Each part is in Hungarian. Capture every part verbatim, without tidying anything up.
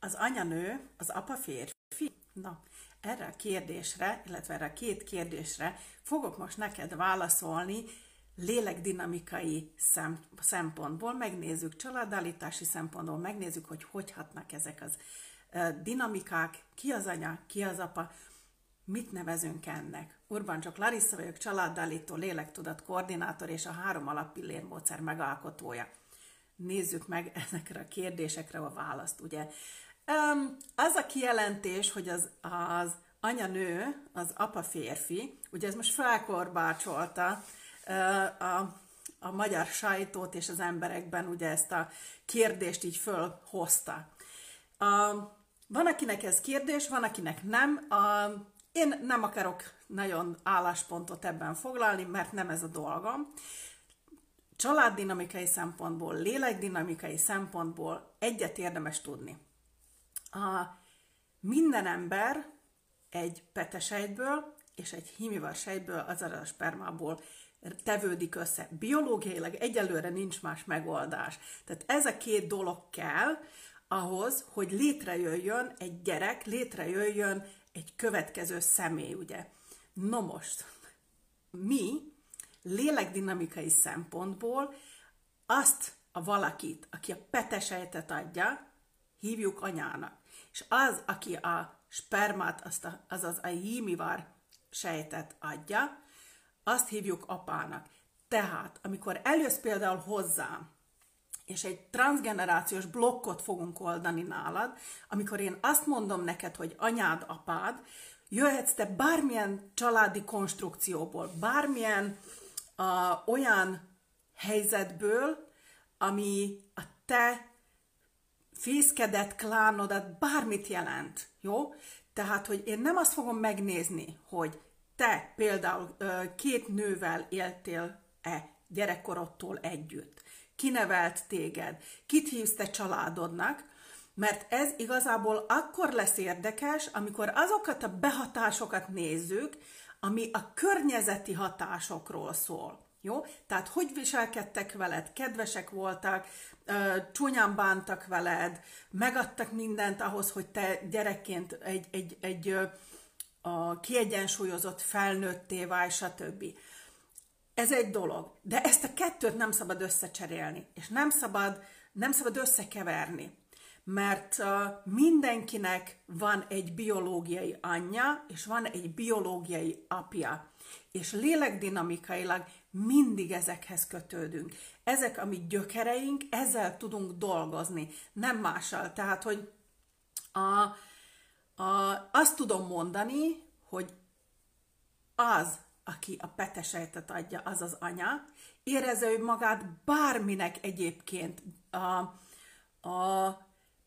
Az anyanő, az apa férfi? Na, erre a kérdésre, illetve erre a két kérdésre fogok most neked válaszolni lélekdinamikai szem, szempontból. Megnézzük családállítási szempontból, megnézzük, hogy hogy hatnak ezek az uh, dinamikák, ki az anya, ki az apa, mit nevezünk ennek. Urbancsok Larissa vagyok, családállító, lélektudat koordinátor és a három alappillér módszer megalkotója. Nézzük meg ezekre a kérdésekre a választ, ugye. Um, az a kijelentés, hogy az, az anya nő, az apa férfi, ugye ez most felkorbácsolta uh, a, a magyar sajtót és az emberekben ugye ezt a kérdést így fölhozta. Uh, van, akinek ez kérdés, van, akinek nem. Uh, én nem akarok nagyon álláspontot ebben foglalni, mert nem ez a dolgom. Családdinamikai szempontból, lélekdinamikai szempontból egyet érdemes tudni. A minden ember egy petesejtből és egy hímivar sejtből, azaz a spermából tevődik össze. Biológiailag egyelőre nincs más megoldás. Tehát ez a két dolog kell ahhoz, hogy létrejöjjön egy gyerek, létrejöjjön egy következő személy, ugye. No most, mi lélekdinamikai szempontból azt a valakit, aki a petesejtet adja, hívjuk anyának. És az, aki a spermát, azt a, azaz a hímivar sejtet adja, azt hívjuk apának. Tehát, amikor eljössz például hozzám, és egy transzgenerációs blokkot fogunk oldani nálad, amikor én azt mondom neked, hogy anyád, apád, jöhetsz te bármilyen családi konstrukcióból, bármilyen uh, olyan helyzetből, ami a te fészkedet, klánodat, bármit jelent, jó? Tehát, hogy én nem azt fogom megnézni, hogy te például uh, két nővel éltél-e gyerekkorodtól együtt, kinevelt téged, kit hívsz te családodnak, mert ez igazából akkor lesz érdekes, amikor azokat a behatásokat nézzük, ami a környezeti hatásokról szól. Jó? Tehát hogy viselkedtek veled, kedvesek voltak, csúnyán bántak veled, megadtak mindent ahhoz, hogy te gyerekként egy, egy, egy a kiegyensúlyozott felnőtté válj, stb. Ez egy dolog, de ezt a kettőt nem szabad összecserélni, és nem szabad, nem szabad összekeverni, mert uh, mindenkinek van egy biológiai anyja, és van egy biológiai apja, és lélekdinamikailag mindig ezekhez kötődünk. Ezek a mi gyökereink, ezzel tudunk dolgozni, nem mással. Tehát, hogy a, a, azt tudom mondani, hogy az, aki a petesejtet adja, az az anya, érezze ő magát bárminek egyébként a, a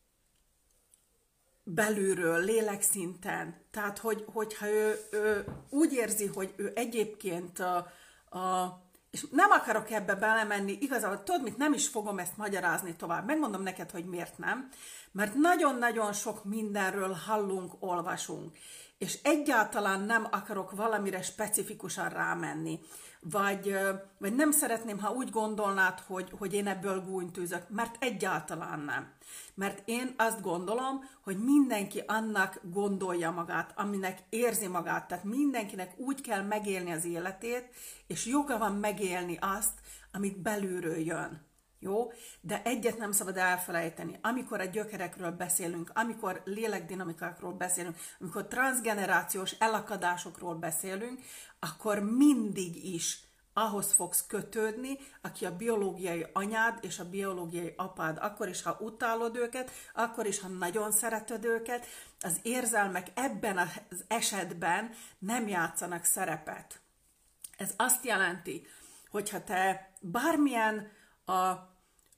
belülről, lélekszinten. Tehát, hogy, hogyha ő, ő úgy érzi, hogy ő egyébként a, a, és nem akarok ebbe belemenni, igazából tudod mit, nem is fogom ezt magyarázni tovább. Megmondom neked, hogy miért nem. Mert nagyon-nagyon sok mindenről hallunk, olvasunk. És egyáltalán nem akarok valamire specifikusan rámenni. Vagy, vagy nem szeretném, ha úgy gondolnád, hogy, hogy én ebből gúnytűzök, mert egyáltalán nem. Mert én azt gondolom, hogy mindenki annak gondolja magát, aminek érzi magát. Tehát mindenkinek úgy kell megélni az életét, és joga van megélni azt, amit belülről jön. Jó? De egyet nem szabad elfelejteni. Amikor a gyökerekről beszélünk, amikor lélekdinamikákról beszélünk, amikor transzgenerációs elakadásokról beszélünk, akkor mindig is ahhoz fogsz kötődni, aki a biológiai anyád és a biológiai apád. Akkor is, ha utálod őket, akkor is, ha nagyon szereted őket, az érzelmek ebben az esetben nem játszanak szerepet. Ez azt jelenti, hogyha te bármilyen a, a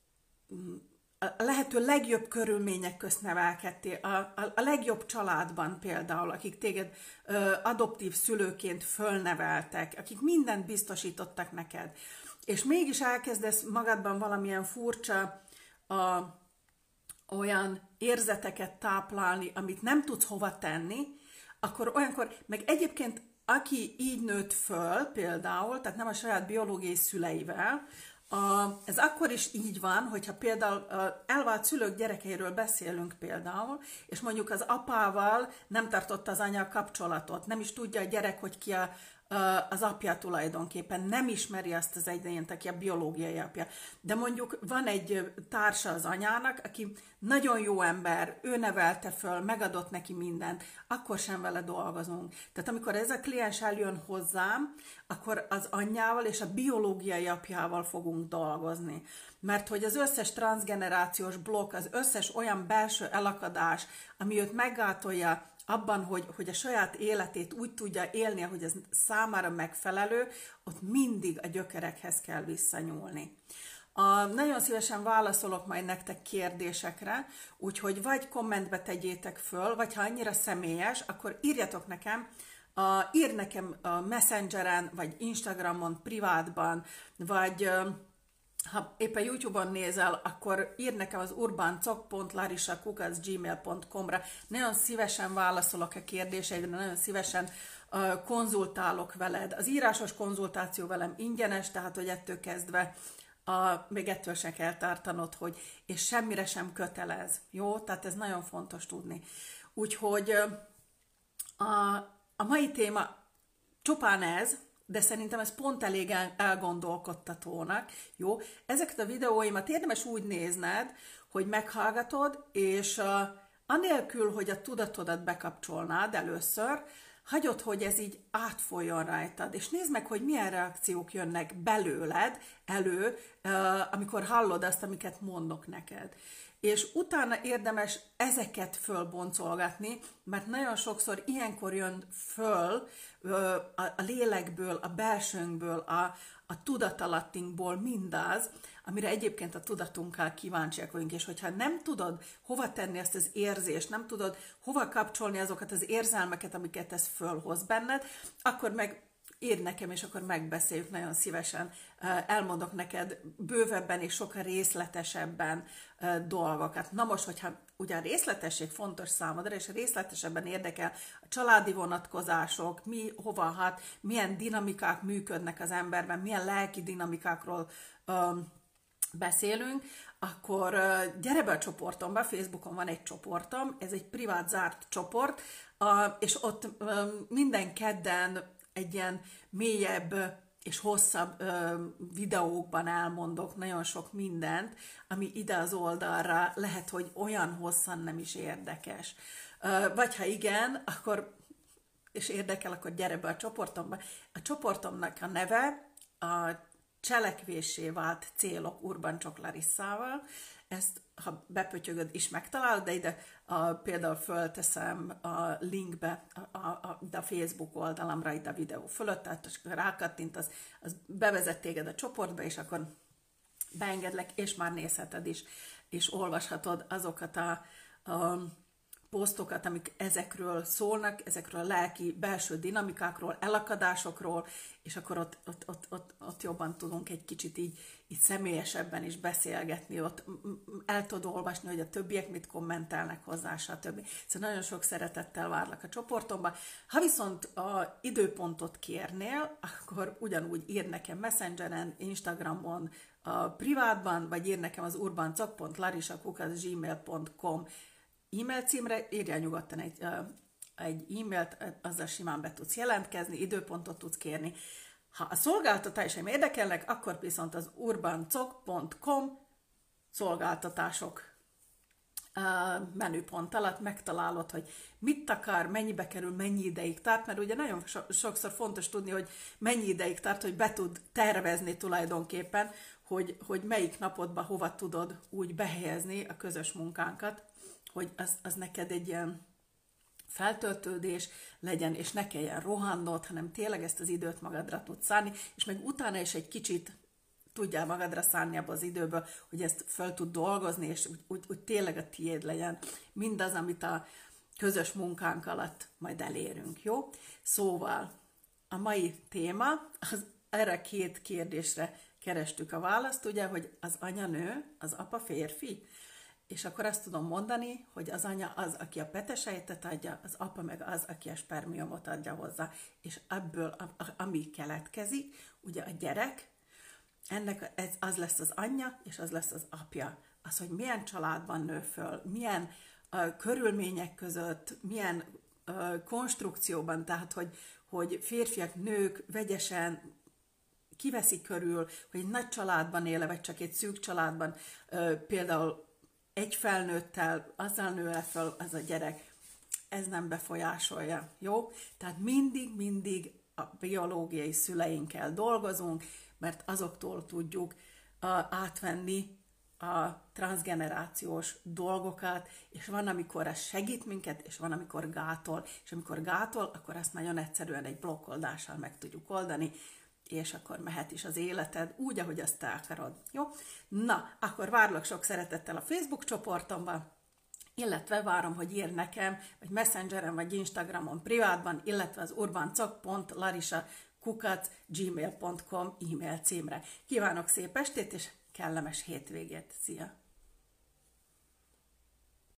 lehető legjobb körülmények közt nevelkedtél, a, a, a legjobb családban például, akik téged ö, adoptív szülőként fölneveltek, akik mindent biztosítottak neked, és mégis elkezdesz magadban valamilyen furcsa a, olyan érzeteket táplálni, amit nem tudsz hova tenni, akkor olyankor, meg egyébként aki így nőtt föl például, tehát nem a saját biológiai szüleivel, A, ez akkor is így van, hogyha például elvált szülők gyerekeiről beszélünk például, és mondjuk az apával nem tartotta az anya a kapcsolatot, nem is tudja a gyerek, hogy ki a, az apja tulajdonképpen, nem ismeri azt az egyént, aki a biológiai apja. De mondjuk van egy társa az anyának, aki nagyon jó ember, ő nevelte föl, megadott neki mindent, akkor sem vele dolgozunk. Tehát amikor ez a kliens eljön hozzám, akkor az anyjával és a biológiai apjával fogunk dolgozni. Mert hogy az összes transzgenerációs blokk, az összes olyan belső elakadás, ami őt meggátolja abban, hogy, hogy a saját életét úgy tudja élni, hogy ez számára megfelelő, ott mindig a gyökerekhez kell visszanyúlni. A, nagyon szívesen válaszolok majd nektek kérdésekre, úgyhogy vagy kommentbe tegyétek föl, vagy ha annyira személyes, akkor írjatok nekem, a, ír nekem a Messengeren, vagy Instagramon, privátban, vagy ha éppen YouTube-on nézel, akkor ír nekem az urbancok pont larisa kukac gmail pont com-ra. Nagyon szívesen válaszolok a kérdéseidre, nagyon szívesen uh, konzultálok veled. Az írásos konzultáció velem ingyenes, tehát hogy ettől kezdve uh, még ettől se kell tartanod, hogy és semmire sem kötelez. Jó? Tehát ez nagyon fontos tudni. Úgyhogy uh, a, a mai téma csupán ez, de szerintem ez pont elég elgondolkodtatónak, jó? Ezeket a videóimat érdemes úgy nézned, hogy meghallgatod, és uh, anélkül, hogy a tudatodat bekapcsolnád először, hagyod, hogy ez így átfoljon rajtad, és nézd meg, hogy milyen reakciók jönnek belőled elő, uh, amikor hallod azt, amiket mondok neked. És utána érdemes ezeket fölboncolgatni, mert nagyon sokszor ilyenkor jön föl a lélekből, a belsőnkből, a, a tudatalattinkból mindaz, amire egyébként a tudatunkkal kíváncsiak vagyunk, és hogyha nem tudod hova tenni ezt az érzést, nem tudod hova kapcsolni azokat az érzelmeket, amiket ez fölhoz benned, akkor meg írd nekem, és akkor megbeszéljük nagyon szívesen. Elmondok neked bővebben és sokkal részletesebben dolgokat. Na most, hogyha ugye a részletesség fontos számodra, és részletesebben érdekel a családi vonatkozások, mi, hova hat, milyen dinamikák működnek az emberben, milyen lelki dinamikákról um, beszélünk, akkor uh, gyere be a csoportomba, Facebookon van egy csoportom, ez egy privát zárt csoport, uh, és ott uh, minden kedden egy ilyen mélyebb és hosszabb ö, videókban elmondok nagyon sok mindent, ami ide az oldalra lehet, hogy olyan hosszan nem is érdekes. Ö, vagy ha igen, akkor, és érdekel, akkor gyere be a csoportomba. A csoportomnak a neve a Cselekvéssé vált célok Urbancok Larissával. Ezt, ha bepötyögöd is megtalálod, de ide a, például fölteszem a linkbe a, a, a, a Facebook oldalamra, ide a videó fölött, tehát rákattint, az, az bevezet téged a csoportba, és akkor beengedlek, és már nézheted is, és olvashatod azokat a, a posztokat, amik ezekről szólnak, ezekről a lelki belső dinamikákról, elakadásokról, és akkor ott, ott, ott, ott, ott jobban tudunk egy kicsit így, így személyesebben is beszélgetni, ott el tudod olvasni, hogy a többiek mit kommentelnek hozzá, stb. Szóval nagyon sok szeretettel várlak a csoportomba. Ha viszont a időpontot kérnél, akkor ugyanúgy ír nekem Messengeren, Instagramon, a privátban, vagy ír nekem az urbancok pont larisa kukac gmail pont com e-mail címre, írjál nyugodtan egy, uh, egy e-mailt, azzal simán be tudsz jelentkezni, időpontot tudsz kérni. Ha a szolgáltatásaim érdekelnek, akkor viszont az urbancok pont com szolgáltatások uh, menüpont alatt megtalálod, hogy mit akar, mennyibe kerül, mennyi ideig tart, mert ugye nagyon so- sokszor fontos tudni, hogy mennyi ideig tart, hogy be tud tervezni tulajdonképpen, hogy, hogy melyik napodba hova tudod úgy behelyezni a közös munkánkat, hogy az, az neked egy ilyen feltöltődés legyen, és ne kelljen rohannod, hanem tényleg ezt az időt magadra tudsz szánni, és meg utána is egy kicsit tudjál magadra szánni abba az időből, hogy ezt fel tud dolgozni, és úgy, úgy, úgy tényleg a tiéd legyen mindaz, amit a közös munkánk alatt majd elérünk, jó? Szóval a mai téma, az, erre két kérdésre kerestük a választ, ugye, hogy az anya nő, az apa férfi, és akkor azt tudom mondani, hogy az anya az, aki a petesejtet adja, az apa meg az, aki a spermiumot adja hozzá. És ebből, ami keletkezik, ugye a gyerek, ennek ez, az lesz az anyja, és az lesz az apja. Az, hogy milyen családban nő föl, milyen uh, körülmények között, milyen uh, konstrukcióban, tehát, hogy, hogy férfiak, nők vegyesen kiveszi körül, hogy egy nagy családban éle, vagy csak egy szűk családban, uh, például egy felnőttel, azzal nő el föl az a gyerek, ez nem befolyásolja, jó? Tehát mindig-mindig a biológiai szüleinkkel dolgozunk, mert azoktól tudjuk uh, átvenni a transzgenerációs dolgokat, és van, amikor ez segít minket, és van, amikor gátol, és amikor gátol, akkor ezt nagyon egyszerűen egy blokkoldással meg tudjuk oldani, és akkor mehet is az életed úgy, ahogy azt te akarod. Jó? Na, akkor várlak sok szeretettel a Facebook csoportomban, illetve várom, hogy ír nekem, vagy Messengeren, vagy Instagramon privátban, illetve az urbancok pont larisa kukac gmail pont com e-mail címre. Kívánok szép estét, és kellemes hétvégét. Szia!